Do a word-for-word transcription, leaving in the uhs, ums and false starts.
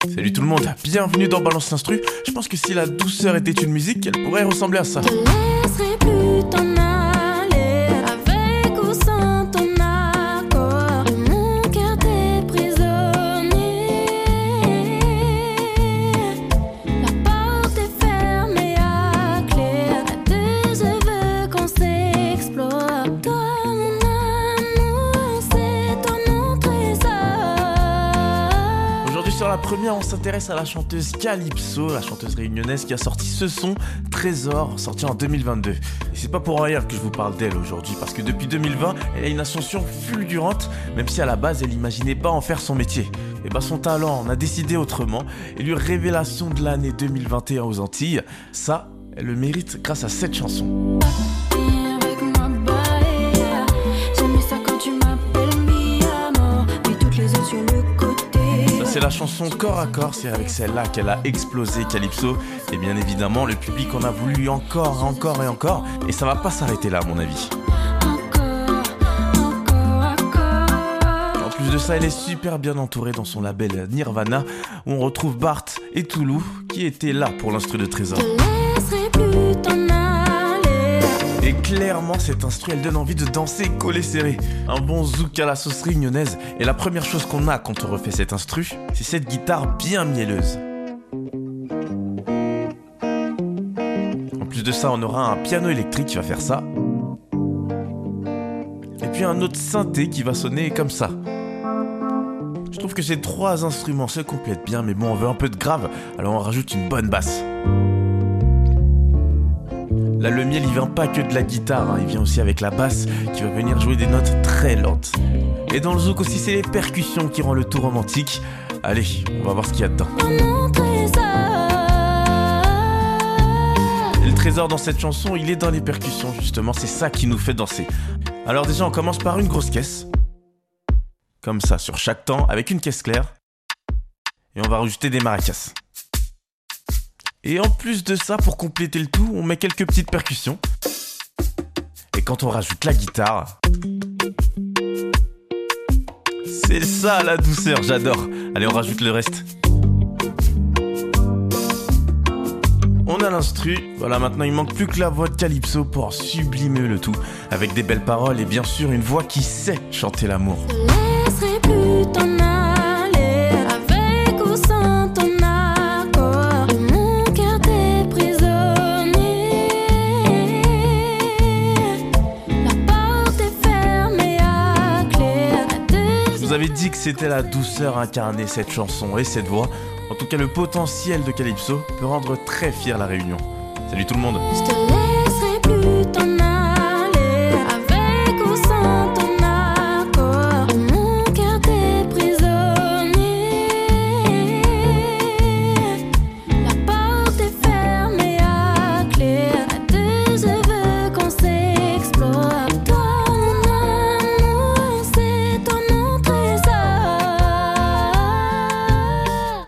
Salut tout le monde, bienvenue dans Balance l'Instru. Je pense que si la douceur était une musique, elle pourrait ressembler à ça. Je te laisserai plus t'en aller, avec ou sans ton accord. De mon cœur t'es prisonnier. La porte est fermée à clé. À deux je veux qu'on s'explore. Toi mon amour, c'est toi mon trésor. Aujourd'hui sur la première, on s'intéresse à la chanteuse Calypso, la chanteuse réunionnaise qui a sorti ce son Trésor, sorti en deux mille vingt-deux. Et c'est pas pour rien que je vous parle d'elle aujourd'hui, parce que depuis deux mille vingt, elle a une ascension fulgurante, même si à la base elle imaginait pas en faire son métier. Et bah son talent, on a décidé autrement, élue révélation de l'année deux mille vingt et un aux Antilles, ça, elle le mérite grâce à cette chanson. Avec ma baille, j'aime ça quand tu m'appelles mi amor, mais toutes les autres sur le côté. Ça, c'est la chanson Corps à Corps, c'est avec celle-là qu'elle a explosé Calypso. Et bien évidemment, le public en a voulu encore, encore et encore. Et ça va pas s'arrêter là, à mon avis. Encore, encore, encore. En plus de ça, elle est super bien entourée dans son label Nirvana, où on retrouve Bart et Toulou, qui étaient là pour l'instru de Trésor. Je te laisserai plus t'en aller. Et clairement, cette instru, elle donne envie de danser collé serré. Un bon zouk à la sauce réunionnaise. Et la première chose qu'on a quand on refait cette instru, c'est cette guitare bien mielleuse. En plus de ça, on aura un piano électrique qui va faire ça. Et puis un autre synthé qui va sonner comme ça. Je trouve que ces trois instruments se complètent bien, mais bon, on veut un peu de grave, alors on rajoute une bonne basse. Là, le miel, il vient pas que de la guitare, hein, il vient aussi avec la basse qui va venir jouer des notes très lentes. Et dans le zouk aussi, c'est les percussions qui rendent le tout romantique. Allez, on va voir ce qu'il y a dedans. Mon trésor. Et le trésor dans cette chanson, il est dans les percussions, justement, c'est ça qui nous fait danser. Alors déjà, on commence par une grosse caisse. Comme ça, sur chaque temps, avec une caisse claire. Et on va rajouter des maracas. Et en plus de ça, pour compléter le tout, on met quelques petites percussions. Et quand on rajoute la guitare, c'est ça la douceur, j'adore. Allez, on rajoute le reste. On a l'instru, voilà, maintenant il manque plus que la voix de Calypso pour sublimer le tout. Avec des belles paroles et bien sûr une voix qui sait chanter l'amour. Je te laisserai plus t'en aller, avec ou sans ton accord. De mon cœur t'es prisonnier. La porte est fermée à clé. À deux Je vous avais dit que c'était la douceur incarnée, cette chanson et cette voix. En tout cas, le potentiel de Calypso peut rendre très fier la Réunion. Salut tout le monde. je te laisse